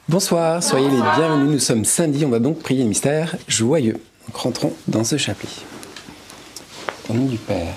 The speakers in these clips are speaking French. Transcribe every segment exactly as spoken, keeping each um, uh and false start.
Bonsoir, soyez les bienvenus, nous sommes samedi, on va donc prier le mystère joyeux. Donc rentrons dans ce chapelet. Au nom du Père,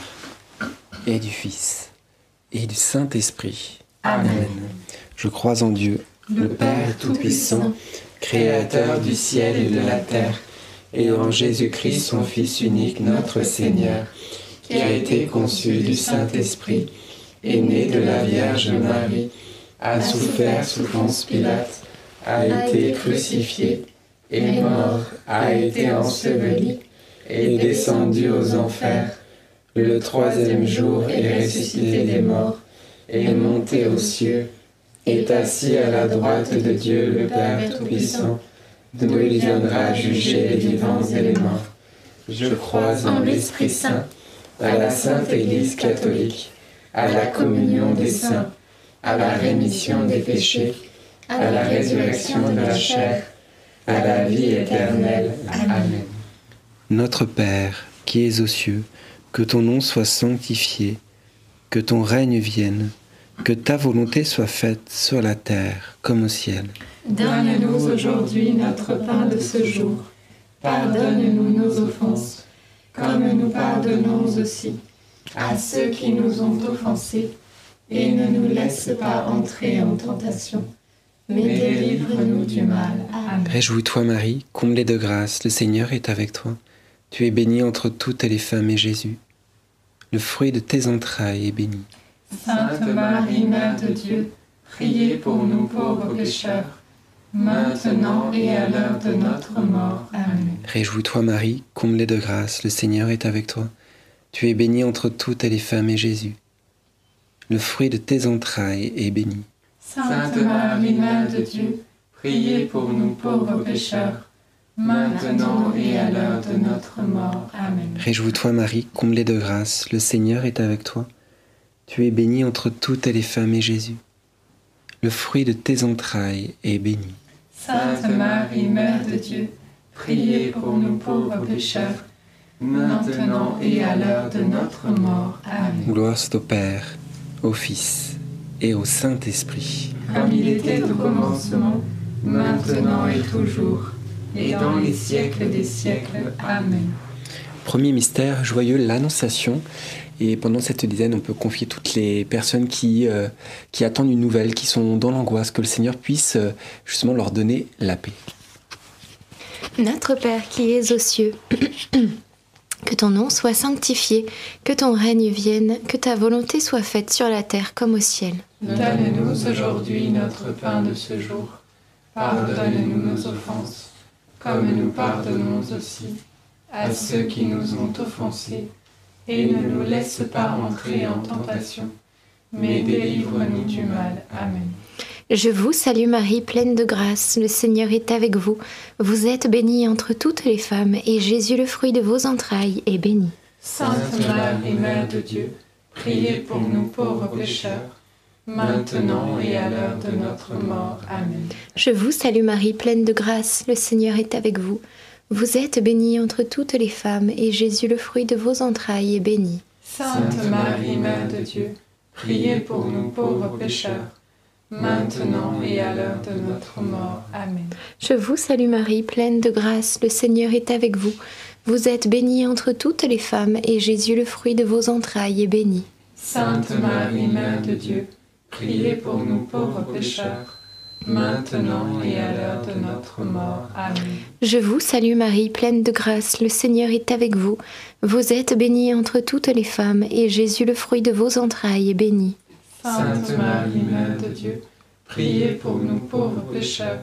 et du Fils, et du Saint-Esprit. Amen. Amen. Je crois en Dieu, le Père Tout-Puissant, Créateur du ciel et de la terre, et en Jésus-Christ, son Fils unique, notre Seigneur, qui a été conçu du Saint-Esprit, est né de la Vierge Marie, a souffert sous Ponce Pilate, a été crucifié, est mort, a été enseveli, est descendu aux enfers, le troisième jour est ressuscité des morts, est monté aux cieux, est assis à la droite de Dieu le Père Tout-Puissant, d'où il viendra juger les vivants et les morts. Je crois en l'Esprit Saint, à la Sainte Église catholique, à la communion des saints, à la rémission des péchés, à la résurrection de la chair, à la vie éternelle. Amen. Notre Père, qui es aux cieux, que ton nom soit sanctifié, que ton règne vienne, que ta volonté soit faite sur la terre comme au ciel. Donne-nous aujourd'hui notre pain de ce jour. Pardonne-nous nos offenses, comme nous pardonnons aussi à ceux qui nous ont offensés, et ne nous laisse pas entrer en tentation, mais délivre-nous du mal. Amen. Réjouis-toi Marie, comblée de grâce, le Seigneur est avec toi. Tu es bénie entre toutes les femmes et Jésus, le fruit de tes entrailles, est béni. Sainte Marie, Mère de Dieu, priez pour nous pauvres pécheurs, maintenant et à l'heure de notre mort. Amen. Réjouis-toi Marie, comblée de grâce, le Seigneur est avec toi. Tu es bénie entre toutes les femmes et Jésus, le fruit de tes entrailles, est béni. Sainte Marie, Mère de Dieu, priez pour nous pauvres pécheurs, maintenant et à l'heure de notre mort. Amen. Réjouis-toi Marie, comblée de grâce, le Seigneur est avec toi. Tu es bénie entre toutes les femmes et Jésus, le fruit de tes entrailles, est béni. Sainte Marie, Mère de Dieu, priez pour nous pauvres pécheurs, maintenant et à l'heure de notre mort. Amen. Gloire soit au Père, au Fils et au Saint-Esprit. Comme il était au commencement, maintenant et toujours, et dans les siècles des siècles. Amen. Premier mystère joyeux, l'Annonciation. Et pendant cette dizaine, on peut confier toutes les personnes qui, euh, qui attendent une nouvelle, qui sont dans l'angoisse, que le Seigneur puisse euh, justement leur donner la paix. Notre Père qui es aux cieux, que ton nom soit sanctifié, que ton règne vienne, que ta volonté soit faite sur la terre comme au ciel. Donne-nous aujourd'hui notre pain de ce jour. Pardonne-nous nos offenses, comme nous pardonnons aussi à ceux qui nous ont offensés. Et ne nous laisse pas entrer en tentation, mais délivre-nous du mal. Amen. Je vous salue Marie, pleine de grâce, le Seigneur est avec vous. Vous êtes bénie entre toutes les femmes, et Jésus, le fruit de vos entrailles, est béni. Sainte Marie, Mère de Dieu, priez pour nous pauvres pécheurs, maintenant et à l'heure de notre mort. Amen. Je vous salue Marie, pleine de grâce, le Seigneur est avec vous. Vous êtes bénie entre toutes les femmes, et Jésus, le fruit de vos entrailles, est béni. Sainte Marie, Mère de Dieu, priez pour nous pauvres pécheurs, maintenant et à l'heure de notre mort. Amen. Je vous salue Marie, pleine de grâce, le Seigneur est avec vous. Vous êtes bénie entre toutes les femmes, et Jésus, le fruit de vos entrailles, est béni. Sainte Marie, Mère de Dieu, priez pour nous pauvres pécheurs, maintenant et à l'heure de notre mort. Amen. Je vous salue Marie, pleine de grâce, le Seigneur est avec vous. Vous êtes bénie entre toutes les femmes, et Jésus, le fruit de vos entrailles, est béni. Sainte Marie, Mère de Dieu, priez pour nous pauvres pécheurs,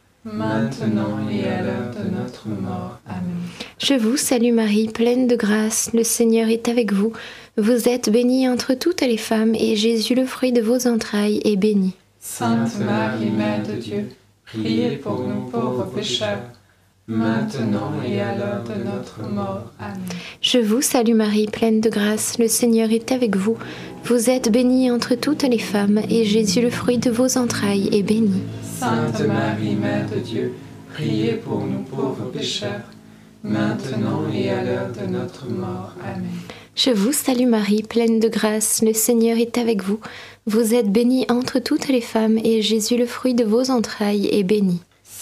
maintenant et à l'heure de notre mort. Amen. Je vous salue Marie, pleine de grâce, le Seigneur est avec vous. Vous êtes bénie entre toutes les femmes, et Jésus, le fruit de vos entrailles, est béni. Sainte Marie, Mère de Dieu, priez pour nous pauvres pécheurs, maintenant et à l'heure de notre mort. Amen. Je vous salue Marie, pleine de grâce, le Seigneur est avec vous. Vous êtes bénie entre toutes les femmes, et Jésus, le fruit de vos entrailles, est béni. Sainte Marie, Mère de Dieu, priez pour nous pauvres pécheurs, maintenant et à l'heure de notre mort. Amen. Je vous salue Marie, pleine de grâce, le Seigneur est avec vous. Vous êtes bénie entre toutes les femmes, et Jésus, le fruit de vos entrailles, est béni.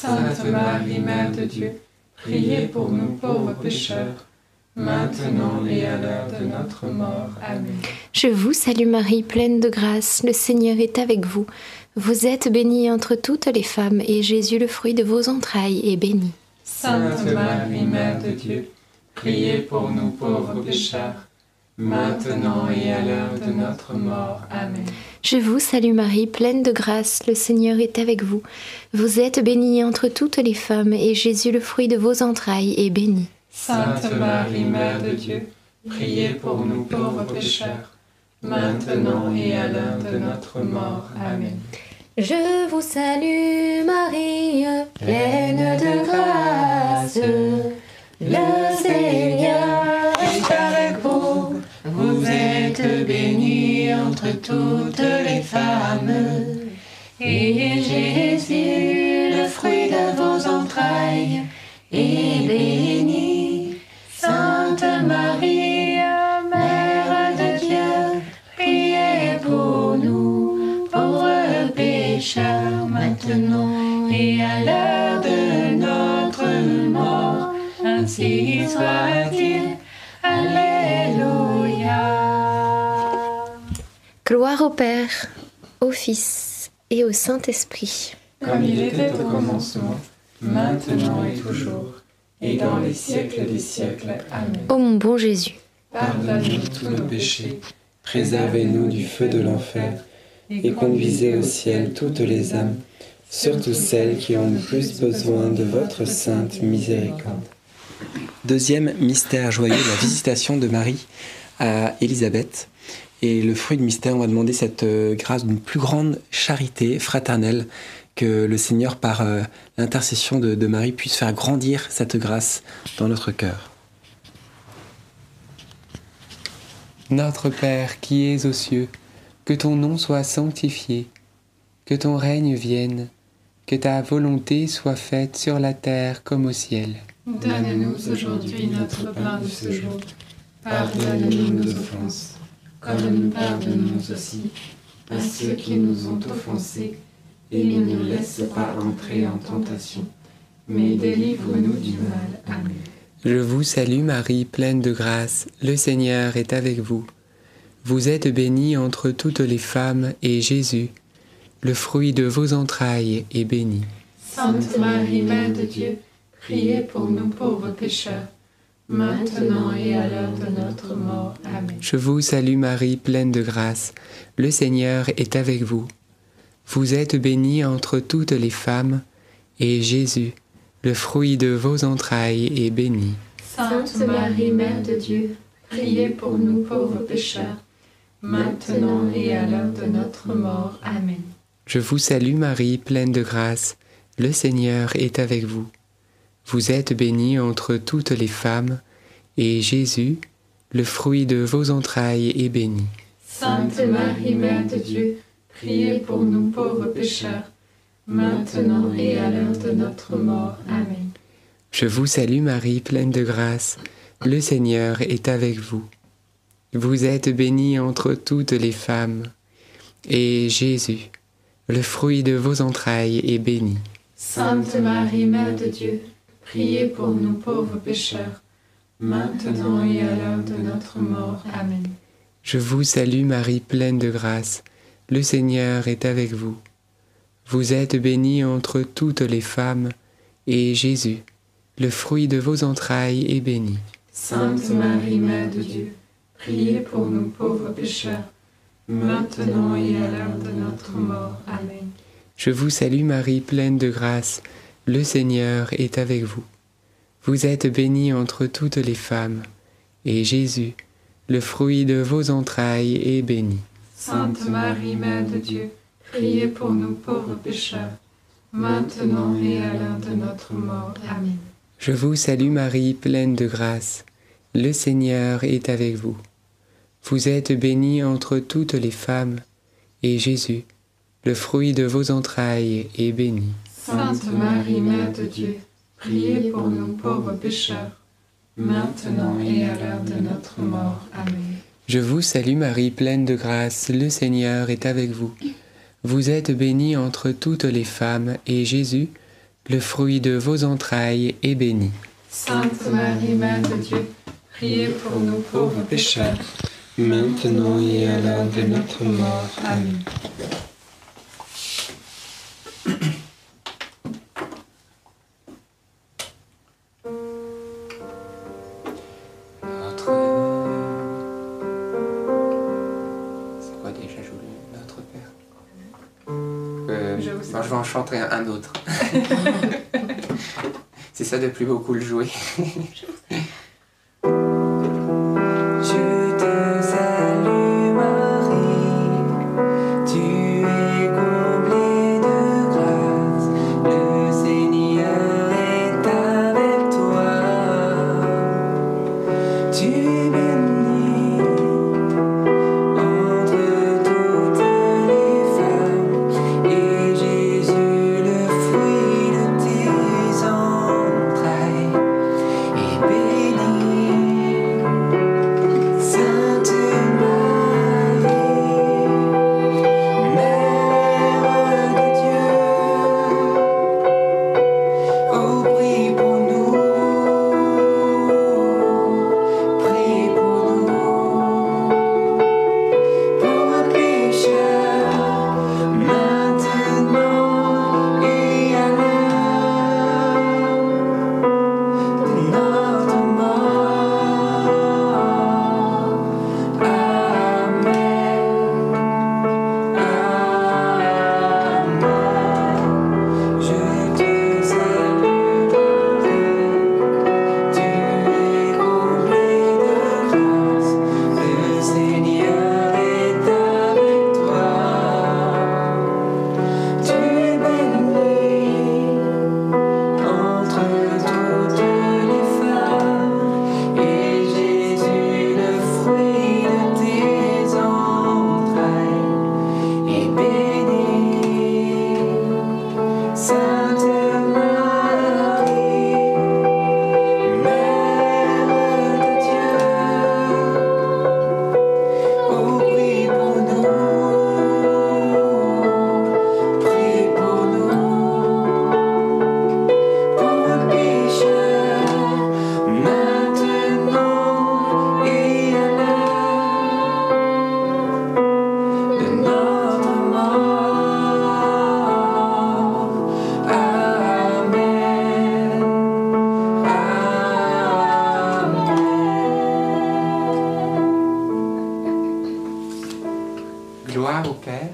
Sainte Marie, Mère de Dieu, priez pour nous pauvres pécheurs, maintenant et à l'heure de notre mort. Amen. Je vous salue Marie, pleine de grâce, le Seigneur est avec vous. Vous êtes bénie entre toutes les femmes, et Jésus, le fruit de vos entrailles, est béni. Sainte Marie, Mère de Dieu, priez pour nous pauvres pécheurs, maintenant et à l'heure de notre mort. Amen. Je vous salue Marie, pleine de grâce, le Seigneur est avec vous. Vous êtes bénie entre toutes les femmes, et Jésus, le fruit de vos entrailles, est béni. Sainte Marie, Mère de Dieu, priez pour nous pauvres pécheurs, maintenant et à l'heure de notre mort. Amen. Je vous salue Marie, pleine de grâce, le Seigneur est avec vous. Vous êtes bénie entre toutes les femmes, et Jésus, le fruit de vos entrailles, est béni. Sainte Marie, Mère de Dieu, priez pour nous, pauvres pécheurs, maintenant et à l'heure de notre mort. Ainsi soit-il. Alléluia. Gloire au Père, au Fils et au Saint-Esprit. Comme il était au commencement, maintenant et toujours, et dans les siècles des siècles. Amen. Ô mon bon Jésus, Pardonne-nous tous nos péchés, Préservez-nous du feu de l'enfer et conduisez au ciel toutes les âmes, surtout celles qui ont le plus besoin de votre sainte miséricorde. Deuxième mystère joyeux, la visitation de Marie à Élisabeth. Et le fruit du mystère, on va demander cette grâce d'une plus grande charité fraternelle, que le Seigneur, par euh, l'intercession de, de Marie, puisse faire grandir cette grâce dans notre cœur. Notre Père qui es aux cieux, que ton nom soit sanctifié, que ton règne vienne, que ta volonté soit faite sur la terre comme au ciel. Donne-nous aujourd'hui notre pain de ce jour. Pardonne-nous nos offenses, comme nous pardonnons aussi à ceux qui nous ont offensés. Et ne nous laisse pas entrer en tentation, mais délivre-nous du mal. Amen. Je vous salue Marie, pleine de grâce, le Seigneur est avec vous. Vous êtes bénie entre toutes les femmes, et Jésus, le fruit de vos entrailles, est béni. Sainte Marie, Mère de Dieu, priez pour nous pauvres pécheurs, maintenant et à l'heure de notre mort. Amen. Je vous salue Marie, pleine de grâce, le Seigneur est avec vous. Vous êtes bénie entre toutes les femmes, et Jésus, le fruit de vos entrailles, est béni. Sainte Marie, Mère de Dieu, priez pour nous pauvres pécheurs, maintenant et à l'heure de notre mort. Amen. Je vous salue Marie, pleine de grâce, le Seigneur est avec vous. Vous êtes bénie entre toutes les femmes, et Jésus, le fruit de vos entrailles, est béni. Sainte Marie, Mère de Dieu, priez pour nous pauvres pécheurs, maintenant et à l'heure de notre mort. Amen. Je vous salue Marie, pleine de grâce, le Seigneur est avec vous. Vous êtes bénie entre toutes les femmes, et Jésus, le fruit de vos entrailles, est béni. Sainte Marie, Mère de Dieu, priez pour nous pauvres pécheurs, maintenant et à l'heure de notre mort. Amen. Je vous salue Marie, pleine de grâce, le Seigneur est avec vous. Vous êtes bénie entre toutes les femmes, et Jésus, le fruit de vos entrailles, est béni. Sainte Marie, Mère de Dieu, priez pour nous pauvres pécheurs, maintenant et à l'heure de notre mort. Amen. Je vous salue Marie, pleine de grâce, le Seigneur est avec vous. Vous êtes bénie entre toutes les femmes, et Jésus, le fruit de vos entrailles, est béni. Sainte Marie, Mère de Dieu, priez pour nous pauvres pécheurs, maintenant et à l'heure de notre mort. Amen. Je vous salue Marie, pleine de grâce, le Seigneur est avec vous. Vous êtes bénie entre toutes les femmes, et Jésus, le fruit de vos entrailles, est béni. Sainte Marie, Mère de Dieu, priez pour nous pauvres pécheurs, maintenant et à l'heure de notre mort. Amen. Je vous salue Marie, pleine de grâce, le Seigneur est avec vous. Vous êtes bénie entre toutes les femmes, et Jésus, le fruit de vos entrailles est béni. Sainte Marie, Mère de Dieu, priez pour nous pauvres pécheurs, maintenant et à l'heure de notre mort. Amen. Notre... C'est quoi déjà, joli, Notre Père euh, Je bon, vous je vais en chanter un, un autre. C'est ça de plus beaucoup le jouer. Gloire au Père,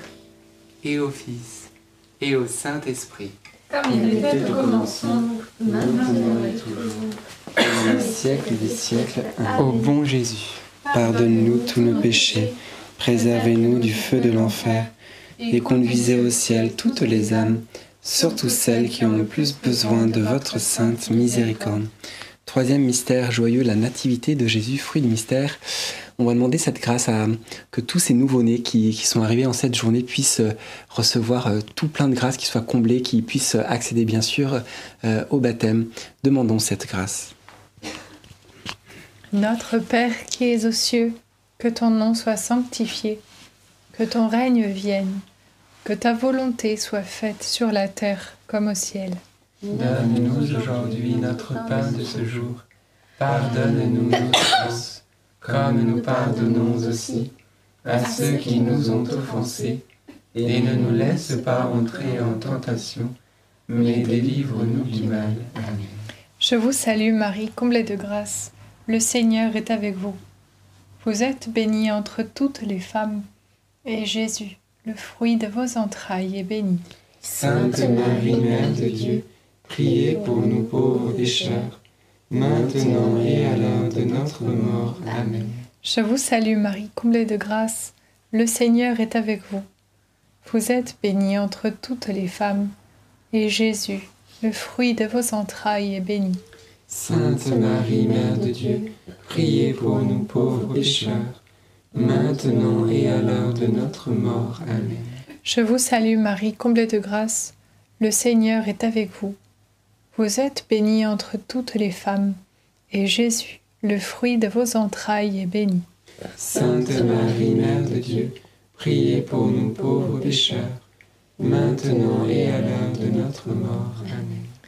et au Fils, et au Saint-Esprit. Comme il était au commencement, maintenant et toujours, Dans les siècles des siècles. Amen. Ô bon Jésus, Pardonne-nous tous nos péchés, préservez-nous du feu de l'enfer, et conduisez au ciel toutes les âmes, surtout celles qui ont le plus besoin de votre sainte miséricorde. Troisième mystère joyeux, la nativité de Jésus, fruit du mystère. On va demander cette grâce à que tous ces nouveau-nés qui, qui sont arrivés en cette journée puissent recevoir tout plein de grâces, qui soient comblés, qui puissent accéder bien sûr euh, au baptême. Demandons cette grâce. Notre Père qui es aux cieux, que ton nom soit sanctifié, que ton règne vienne, que ta volonté soit faite sur la terre comme au ciel. Donne-nous aujourd'hui notre pain de ce jour. Pardonne-nous nos offenses, comme nous pardonnons aussi à ceux qui nous ont offensés. Et ne nous laisse pas entrer en tentation, mais délivre-nous du mal. Amen. Je vous salue Marie, comblée de grâce. Le Seigneur est avec vous. Vous êtes bénie entre toutes les femmes, et Jésus, le fruit de vos entrailles, est béni. Sainte Marie, Mère de Dieu, priez pour nous pauvres pécheurs, maintenant et à l'heure de notre mort. Amen. Je vous salue Marie, comblée de grâce. Le Seigneur est avec vous. Vous êtes bénie entre toutes les femmes, et Jésus, le fruit de vos entrailles, est béni. Sainte Marie, Mère de Dieu, priez pour nous pauvres pécheurs, maintenant et à l'heure de notre mort. Amen. Je vous salue Marie, comblée de grâce. Le Seigneur est avec vous. Vous êtes bénie entre toutes les femmes, et Jésus, le fruit de vos entrailles, est béni. Sainte Marie, Mère de Dieu, priez pour nous pauvres pécheurs, maintenant et à l'heure de notre mort. Amen.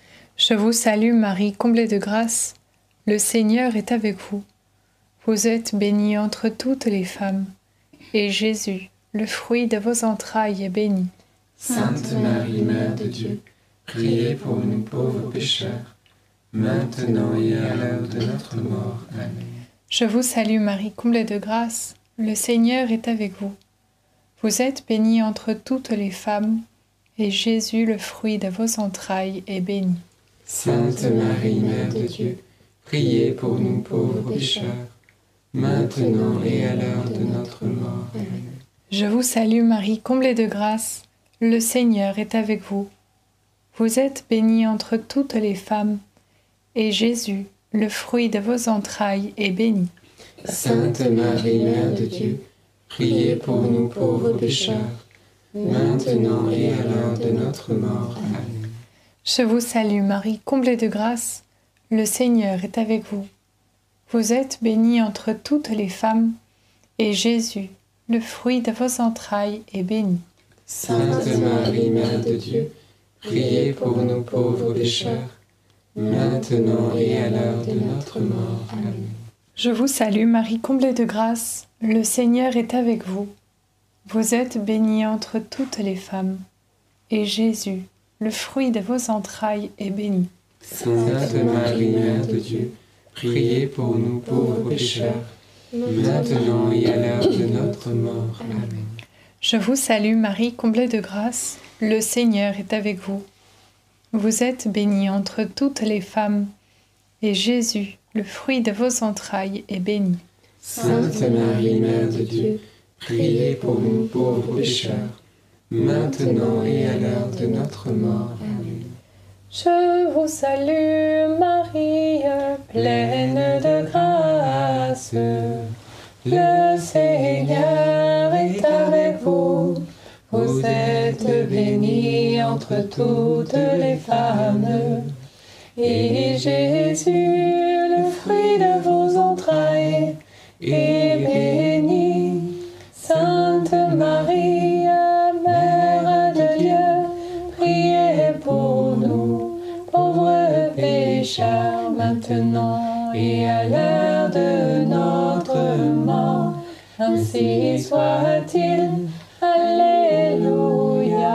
Je vous salue Marie, comblée de grâce, le Seigneur est avec vous. Vous êtes bénie entre toutes les femmes, et Jésus, le fruit de vos entrailles, est béni. Sainte Marie, Mère de Dieu, priez pour nous pauvres pécheurs, maintenant et à l'heure de notre mort. Amen. Je vous salue Marie, comblée de grâce, le Seigneur est avec vous. Vous êtes bénie entre toutes les femmes, et Jésus, le fruit de vos entrailles, est béni. Sainte Marie, Mère de Dieu, priez pour nous pauvres pécheurs, maintenant et à l'heure de notre mort. Amen. Je vous salue Marie, comblée de grâce, le Seigneur est avec vous. Vous êtes bénie entre toutes les femmes, et Jésus, le fruit de vos entrailles, est béni. Sainte Marie, Mère de Dieu, priez pour nous pauvres pécheurs, maintenant et à l'heure de notre mort. Amen. Je vous salue Marie, comblée de grâce, le Seigneur est avec vous. Vous êtes bénie entre toutes les femmes, et Jésus, le fruit de vos entrailles, est béni. Sainte Marie, Mère de Dieu, priez pour nous pauvres pécheurs, maintenant et à l'heure de notre mort. Amen. Je vous salue Marie, comblée de grâce, le Seigneur est avec vous. Vous êtes bénie entre toutes les femmes, et Jésus, le fruit de vos entrailles, est béni. Sainte Marie, Mère de Dieu, priez pour nous pauvres pécheurs, maintenant et à l'heure de notre mort. Amen. Je vous salue Marie, comblée de grâce, le Seigneur est avec vous. Vous êtes bénie entre toutes les femmes, et Jésus, le fruit de vos entrailles, est béni. Sainte Marie, Mère de Dieu, priez pour nous pauvres pécheurs, maintenant et à l'heure de notre mort. Amen. Je vous salue Marie, pleine de grâce. Le Seigneur est avec vous. Vous êtes bénie entre toutes les femmes. Et Jésus, le fruit de vos entrailles, est béni. Sainte Marie, Mère de Dieu, priez pour nous, pauvres pécheurs, maintenant et à l'heure de notre mort. Ainsi soit-il. Alléluia.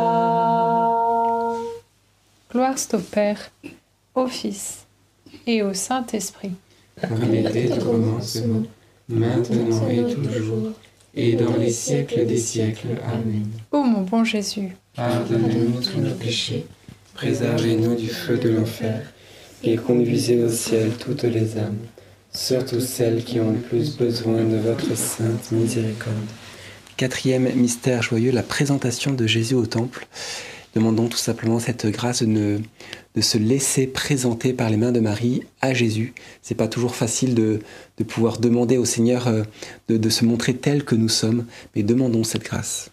Gloire au Père, au Fils et au Saint-Esprit. Comme il était au commencement, maintenant et toujours, et dans les siècles des siècles. Amen. Ô mon bon Jésus, pardonnez-nous tous nos péchés, préservez-nous du feu de l'enfer, et conduisez au ciel toutes les âmes, surtout celles qui ont le plus besoin de votre sainte miséricorde. Quatrième mystère joyeux, la présentation de Jésus au temple. Demandons tout simplement cette grâce de, ne, de se laisser présenter par les mains de Marie à Jésus. C'est pas toujours facile de, de pouvoir demander au Seigneur de, de se montrer tel que nous sommes, mais demandons cette grâce.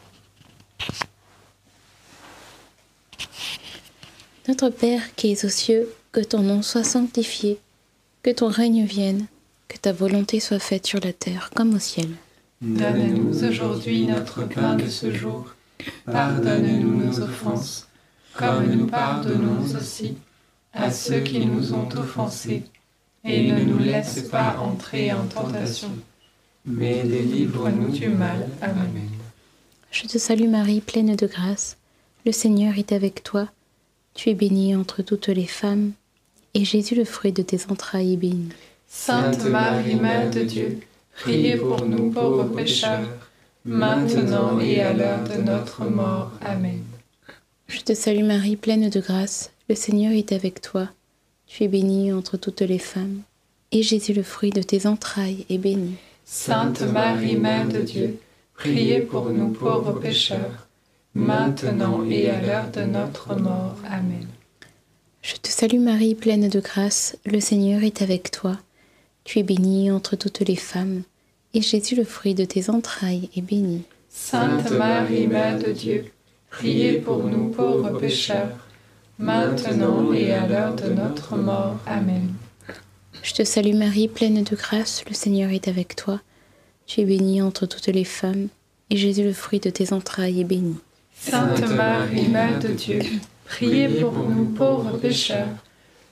Notre Père qui es aux cieux, que ton nom soit sanctifié, que ton règne vienne, que ta volonté soit faite sur la terre comme au ciel. Donne-nous aujourd'hui notre pain de ce jour. Pardonne-nous nos offenses, comme nous pardonnons aussi à ceux qui nous ont offensés. Et ne nous laisse pas entrer en tentation, mais délivre-nous du mal. Amen. Je te salue Marie, pleine de grâce. Le Seigneur est avec toi. Tu es bénie entre toutes les femmes, et Jésus, le fruit de tes entrailles, est béni. Sainte Marie, Mère de Dieu, priez pour nous pauvres pécheurs, maintenant et à l'heure de notre mort. Amen. Je te salue Marie, pleine de grâce. Le Seigneur est avec toi. Tu es bénie entre toutes les femmes, et Jésus, le fruit de tes entrailles, est béni. Sainte Marie, Mère de Dieu, priez pour nous pauvres pécheurs, maintenant et à l'heure de notre mort. Amen. Je te salue Marie, pleine de grâce. Le Seigneur est avec toi. Tu es bénie entre toutes les femmes, et Jésus, le fruit de tes entrailles, est béni. Sainte Marie, Mère de Dieu, priez pour nous pauvres pécheurs, maintenant et à l'heure de notre mort. Amen. Je te salue Marie, pleine de grâce, le Seigneur est avec toi. Tu es bénie entre toutes les femmes, et Jésus, le fruit de tes entrailles, est béni. Sainte Marie, Mère de Dieu, priez pour nous pauvres pécheurs,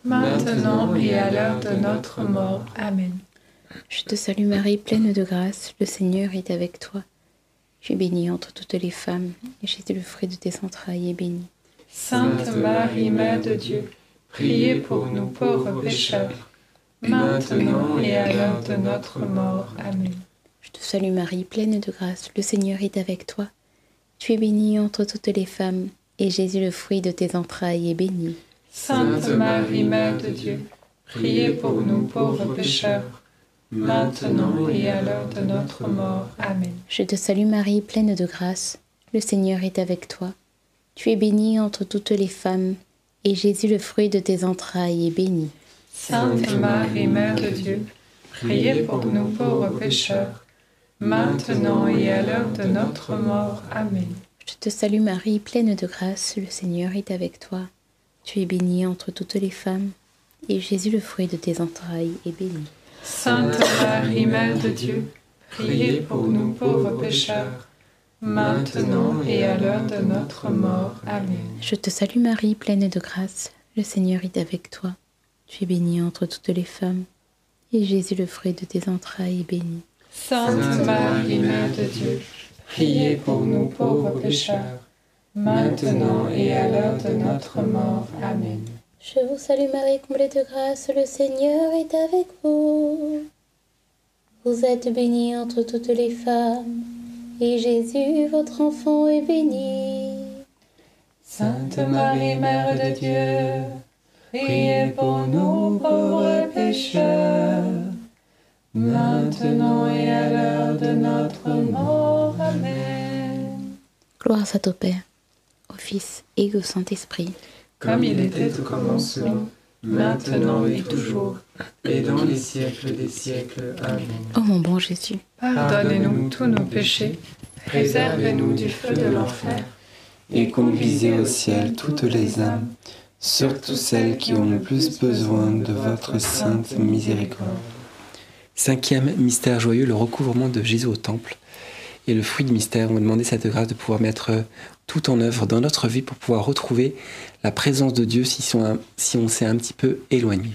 maintenant et à l'heure de notre mort. Amen. Je te salue Marie, pleine de grâce, le Seigneur est avec toi. Tu es bénie entre toutes les femmes, et Jésus, le fruit de tes entrailles, est béni. Sainte Marie, Mère de Dieu, priez pour nous pauvres pécheurs, maintenant et à l'heure de notre mort. Amen. Je te salue Marie, pleine de grâce, le Seigneur est avec toi. Tu es bénie entre toutes les femmes, et Jésus, le fruit de tes entrailles, est béni. Sainte Marie, Mère de Dieu, priez pour nous pauvres pécheurs, maintenant et à l'heure de notre mort. Amen. Je te salue Marie, pleine de grâce, le Seigneur est avec toi. Tu es bénie entre toutes les femmes, et Jésus, le fruit de tes entrailles, est béni. Sainte Marie, Mère de Dieu, priez pour nous pauvres pécheurs, maintenant et à l'heure de notre mort. Amen. Je te salue Marie, pleine de grâce, le Seigneur est avec toi. Tu es bénie entre toutes les femmes, et Jésus, le fruit de tes entrailles, est béni. Sainte Marie, Mère de Dieu, priez pour nous pauvres pécheurs, maintenant et à l'heure de notre mort. Amen. Je te salue Marie, pleine de grâce, le Seigneur est avec toi. Tu es bénie entre toutes les femmes, et Jésus, le fruit de tes entrailles, est béni. Sainte Marie, Mère de Dieu, priez pour nous pauvres pécheurs, maintenant et à l'heure de notre mort. Amen. Je vous salue Marie, comblée de grâce, le Seigneur est avec vous. Vous êtes bénie entre toutes les femmes, et Jésus, votre enfant, est béni. Sainte Marie, Mère de Dieu, priez pour nous pauvres pécheurs, maintenant et à l'heure de notre mort. Amen. Gloire soit au Père, au Fils et au Saint-Esprit. Comme il était au commencement, maintenant et toujours, et dans les siècles des siècles. Amen. Ô mon bon Jésus, Pardonnez-nous tous nos péchés, préservez-nous du feu de l'enfer, Et conduisez au ciel toutes les âmes, surtout celles qui ont le plus besoin de votre sainte miséricorde. Cinquième mystère joyeux, le recouvrement de Jésus au temple. Et le fruit du mystère, on va demander cette grâce de pouvoir mettre tout en œuvre dans notre vie pour pouvoir retrouver la présence de Dieu si on, si on s'est un petit peu éloigné.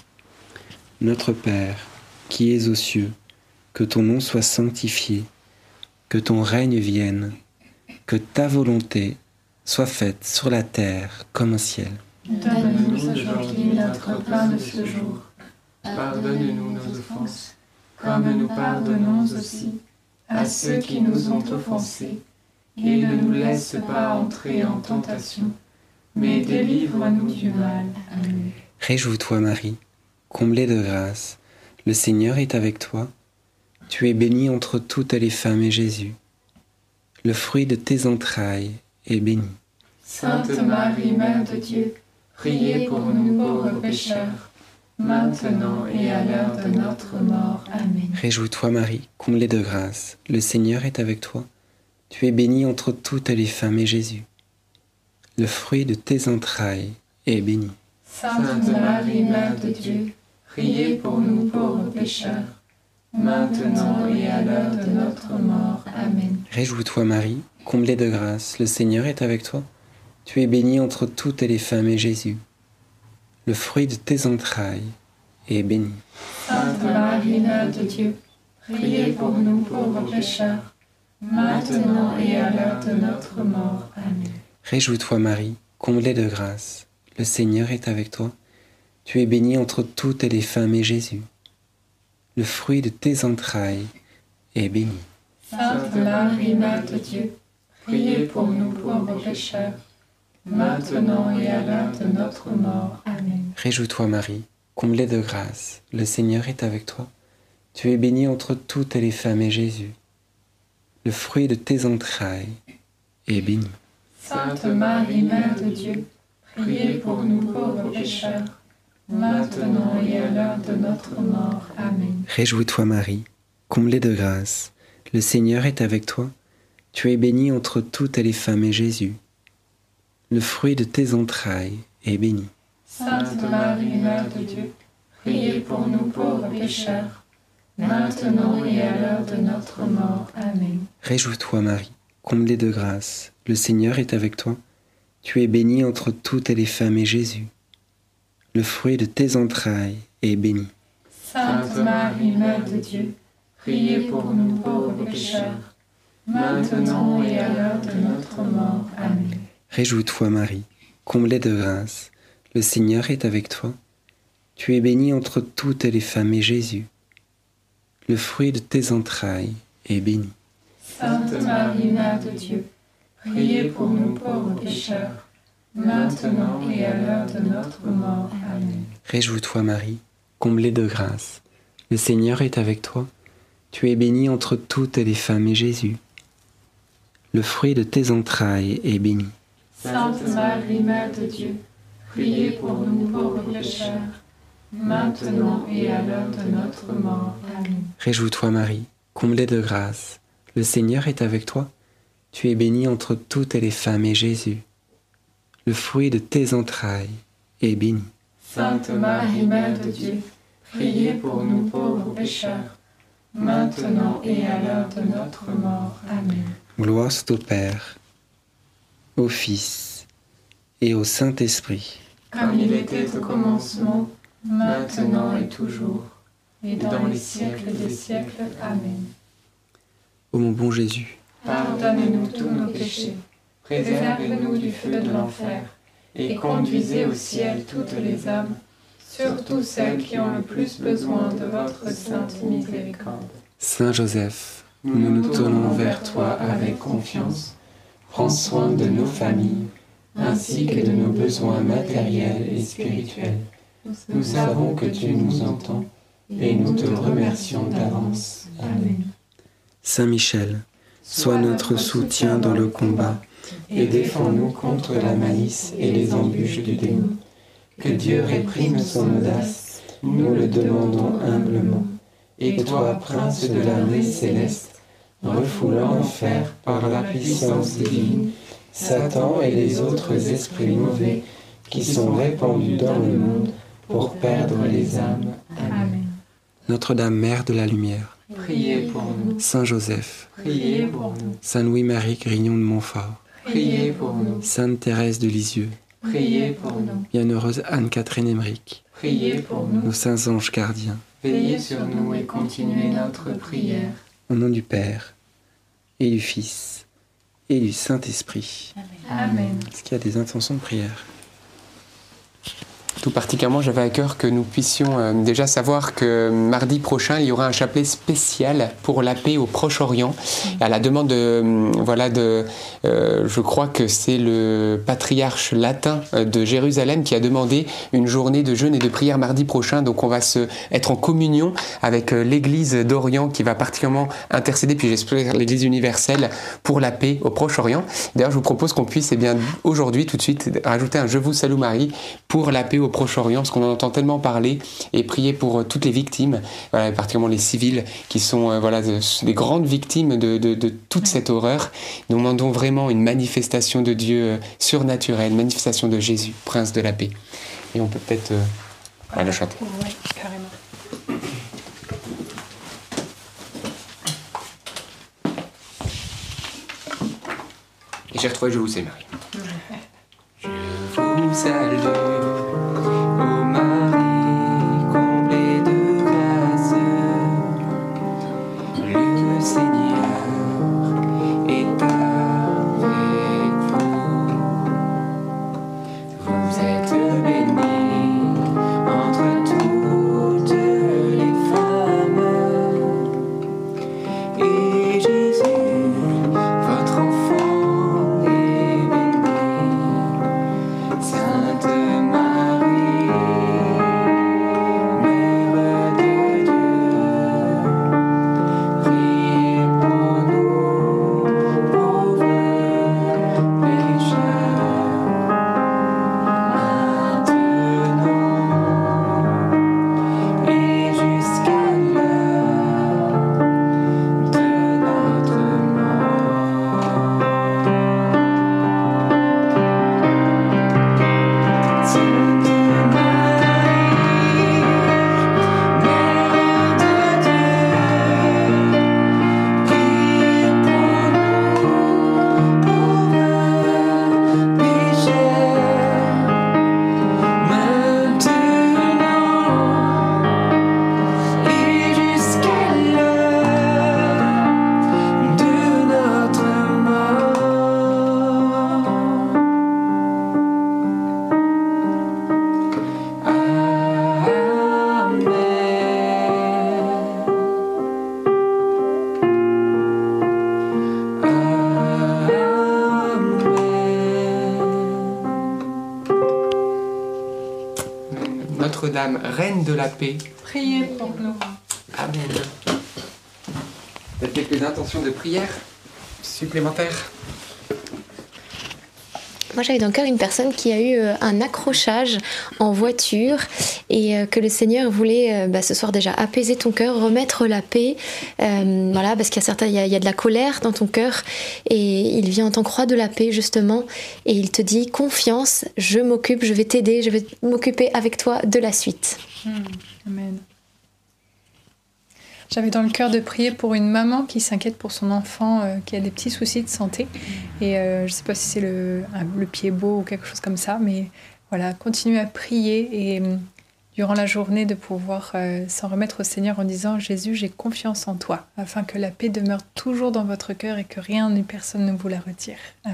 Notre Père, qui es aux cieux, que ton nom soit sanctifié, que ton règne vienne, que ta volonté soit faite sur la terre comme au ciel. Donne-nous aujourd'hui notre pain de ce jour. Pardonne-nous nos offenses, Comme nous pardonnons aussi à ceux qui nous ont offensés. Et ne nous laisse pas entrer en tentation, mais délivre-nous du mal. Amen. Réjouis-toi Marie, comblée de grâce, le Seigneur est avec toi. Tu es bénie entre toutes les femmes et Jésus, le fruit de tes entrailles, est béni. Sainte Marie, Mère de Dieu, priez pour nous pauvres pécheurs, maintenant et à l'heure de notre mort. Amen. Réjouis-toi Marie, comblée de grâce, le Seigneur est avec toi. Tu es bénie entre toutes les femmes et Jésus, le fruit de tes entrailles, est béni. Sainte Marie, Mère de Dieu, priez pour nous pauvres pécheurs, maintenant et à l'heure de notre mort. Amen. Réjouis-toi Marie, comblée de grâce, le Seigneur est avec toi. Tu es bénie entre toutes les femmes et Jésus, le fruit de tes entrailles, est béni. Sainte Marie, Mère de Dieu, priez pour nous pauvres pécheurs, maintenant et à l'heure de notre mort. Amen. Réjouis-toi Marie, comblée de grâce, le Seigneur est avec toi. Tu es bénie entre toutes les femmes et Jésus, le fruit de tes entrailles, est béni. Sainte Marie, Mère de Dieu, priez pour nous pauvres pécheurs, maintenant et à l'heure de notre mort. Amen. Réjouis-toi Marie, comblée de grâce, le Seigneur est avec toi. Tu es bénie entre toutes les femmes et Jésus, le fruit de tes entrailles, est béni. Sainte Marie, Mère de Dieu, priez pour nous pauvres pécheurs, maintenant et à l'heure de notre mort. Amen. Réjouis-toi Marie, comblée de grâce, le Seigneur est avec toi. Tu es bénie entre toutes les femmes et Jésus, le fruit de tes entrailles, est béni. Sainte Marie, Mère de Dieu, priez pour nous pauvres pécheurs, maintenant et à l'heure de notre mort. Amen. Réjouis-toi Marie, comblée de grâce, le Seigneur est avec toi. Tu es bénie entre toutes les femmes et Jésus, Le fruit de tes entrailles est béni. Sainte Marie, Mère de Dieu, priez pour nous pauvres pécheurs, maintenant et à l'heure de notre mort. Amen. Réjouis-toi Marie, comblée de grâce, le Seigneur est avec toi. Tu es bénie entre toutes les femmes et Jésus, le fruit de tes entrailles, est béni. Sainte Marie, Mère de Dieu, priez pour nous pauvres pécheurs, maintenant et à l'heure de notre mort. Amen. Réjouis-toi Marie, comblée de grâce, le Seigneur est avec toi. Tu es bénie entre toutes les femmes et Jésus, le fruit de tes entrailles, est béni. Sainte Marie, Mère de Dieu, priez pour nous pauvres pécheurs, maintenant et à l'heure de notre mort. Amen. Réjouis-toi Marie, comblée de grâce, le Seigneur est avec toi. Tu es bénie entre toutes les femmes et Jésus, le fruit de tes entrailles, est béni. Sainte Marie, Mère de Dieu, priez pour nous pauvres pécheurs, maintenant et à l'heure de notre mort. Amen. Gloire soit au Père, au Fils et au Saint-Esprit. Comme il était au commencement, maintenant et toujours, et dans les siècles des siècles. Amen. Ô mon bon Jésus, pardonne-nous tous nos péchés, préservez-nous du feu de l'enfer, et conduisez au ciel toutes les âmes, surtout celles qui ont le plus besoin de votre sainte miséricorde. Saint Joseph, nous nous tournons vers toi avec confiance. Prends soin de nos familles, ainsi que de nos besoins matériels et spirituels. Nous savons que tu nous entends, et nous te remercions d'avance. Amen. Saint Michel, sois notre soutien dans le combat, et défends-nous contre la malice et les embûches du démon. Que Dieu réprime son audace, nous le demandons humblement. Et toi, prince de l'armée céleste, refoule en enfer par la puissance divine Satan et les autres esprits mauvais qui sont répandus dans le monde pour perdre les âmes. Amen. Notre-Dame, Mère de la Lumière, priez pour nous. Saint Joseph, priez pour nous. Saint Louis-Marie Grignon de Montfort, priez pour nous. Sainte Thérèse de Lisieux, priez pour nous. Bienheureuse Anne-Catherine Emmerich, priez pour nous. Nos saints anges gardiens, veillez sur nous et continuez notre prière. Au nom du Père, et du Fils, et du Saint-Esprit. Amen. Est-ce qu'il y a des intentions de prière ? Tout particulièrement, j'avais à cœur que nous puissions euh, déjà savoir que mardi prochain, il y aura un chapelet spécial pour la paix au Proche-Orient. À la demande de, euh, voilà, de, euh, je crois que c'est le patriarche latin de Jérusalem qui a demandé une journée de jeûne et de prière mardi prochain. Donc on va se, être en communion avec l'Église d'Orient qui va particulièrement intercéder, puis j'espère l'Église universelle, pour la paix au Proche-Orient. D'ailleurs, je vous propose qu'on puisse eh bien, aujourd'hui, tout de suite, rajouter un « Je vous salue Marie » pour la paix au Proche-Orient, parce qu'on en entend tellement parler, et prier pour toutes les victimes, voilà, particulièrement les civils, qui sont euh, voilà, de, des grandes victimes de, de, de toute cette horreur. Nous demandons vraiment une manifestation de Dieu euh, surnaturelle, une manifestation de Jésus, Prince de la paix. Et on peut peut-être euh, voilà, le chanter. Oui, carrément. Et j'ai retrouvé « Je vous salue Marie ». Je vous salue. Sainte Notre-Dame, Reine de la paix, Priez pour nous. Amen. Peut-être quelques intentions de prière supplémentaires? Moi, j'avais dans le cœur une personne qui a eu euh, un accrochage en voiture et euh, que le Seigneur voulait euh, bah, ce soir déjà apaiser ton cœur, remettre la paix. Euh, voilà, parce qu'il y a certains, il y a, il y a de la colère dans ton cœur et il vient en tant que roi de la paix justement et il te dit confiance, je m'occupe, je vais t'aider, je vais m'occuper avec toi de la suite. Mmh. Amen. J'avais dans le cœur de prier pour une maman qui s'inquiète pour son enfant euh, qui a des petits soucis de santé. Et euh, je ne sais pas si c'est le, un, le pied beau ou quelque chose comme ça, mais voilà, continuez à prier et euh, durant la journée de pouvoir euh, s'en remettre au Seigneur en disant « Jésus, j'ai confiance en toi » afin que la paix demeure toujours dans votre cœur et que rien ni personne ne vous la retire. Amen.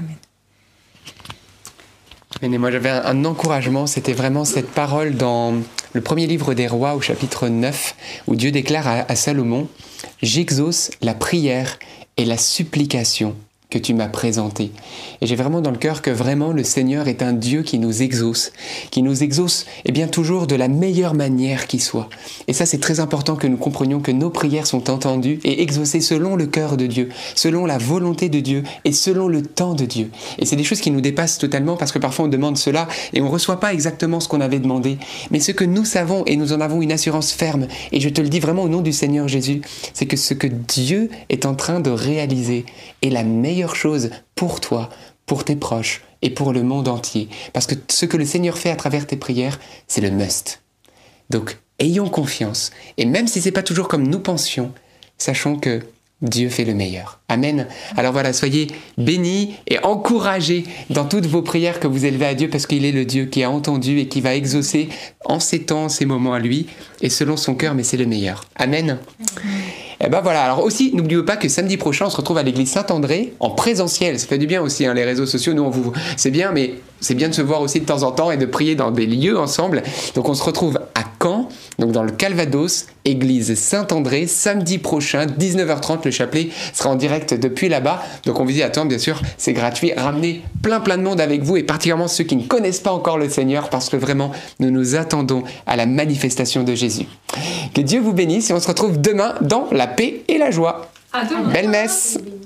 Et moi j'avais un, un encouragement, c'était vraiment cette parole dans le premier livre des Rois au chapitre neuf, où Dieu déclare à, à Salomon « J'exauce la prière et la supplication que tu m'as présentée. » Et j'ai vraiment dans le cœur que vraiment le Seigneur est un Dieu qui nous exauce, qui nous exauce eh bien, toujours de la meilleure manière qui soit. Et ça c'est très important que nous comprenions que nos prières sont entendues et exaucées selon le cœur de Dieu, selon la volonté de Dieu et selon le temps de Dieu. Et c'est des choses qui nous dépassent totalement parce que parfois on demande cela et on ne reçoit pas exactement ce qu'on avait demandé. Mais ce que nous savons et nous en avons une assurance ferme, et je te le dis vraiment au nom du Seigneur Jésus, c'est que ce que Dieu est en train de réaliser est la meilleure chose pour toi, pour tes proches et pour le monde entier. Parce que ce que le Seigneur fait à travers tes prières, c'est le must. Donc, ayons confiance. Et même si ce n'est pas toujours comme nous pensions, sachons que Dieu fait le meilleur. Amen. Alors voilà, soyez bénis et encouragés dans toutes vos prières que vous élevez à Dieu parce qu'il est le Dieu qui a entendu et qui va exaucer en ces temps, ces moments à lui et selon son cœur, mais c'est le meilleur. Amen. Et ben voilà, alors aussi, n'oubliez pas que samedi prochain, on se retrouve à l'église Saint-André en présentiel. Ça fait du bien aussi, hein, les réseaux sociaux, nous on vous... C'est bien, mais c'est bien de se voir aussi de temps en temps et de prier dans des lieux ensemble. Donc on se retrouve à Caen, donc dans le Calvados, église Saint-André, samedi prochain, dix-neuf heures trente, le chapelet sera en direct depuis là-bas. Donc on vous y attend, bien sûr, c'est gratuit. Ramenez plein plein de monde avec vous et particulièrement ceux qui ne connaissent pas encore le Seigneur parce que vraiment, nous nous attendons à la manifestation de Jésus. Que Dieu vous bénisse et on se retrouve demain dans la paix et la joie. À demain. Belle messe.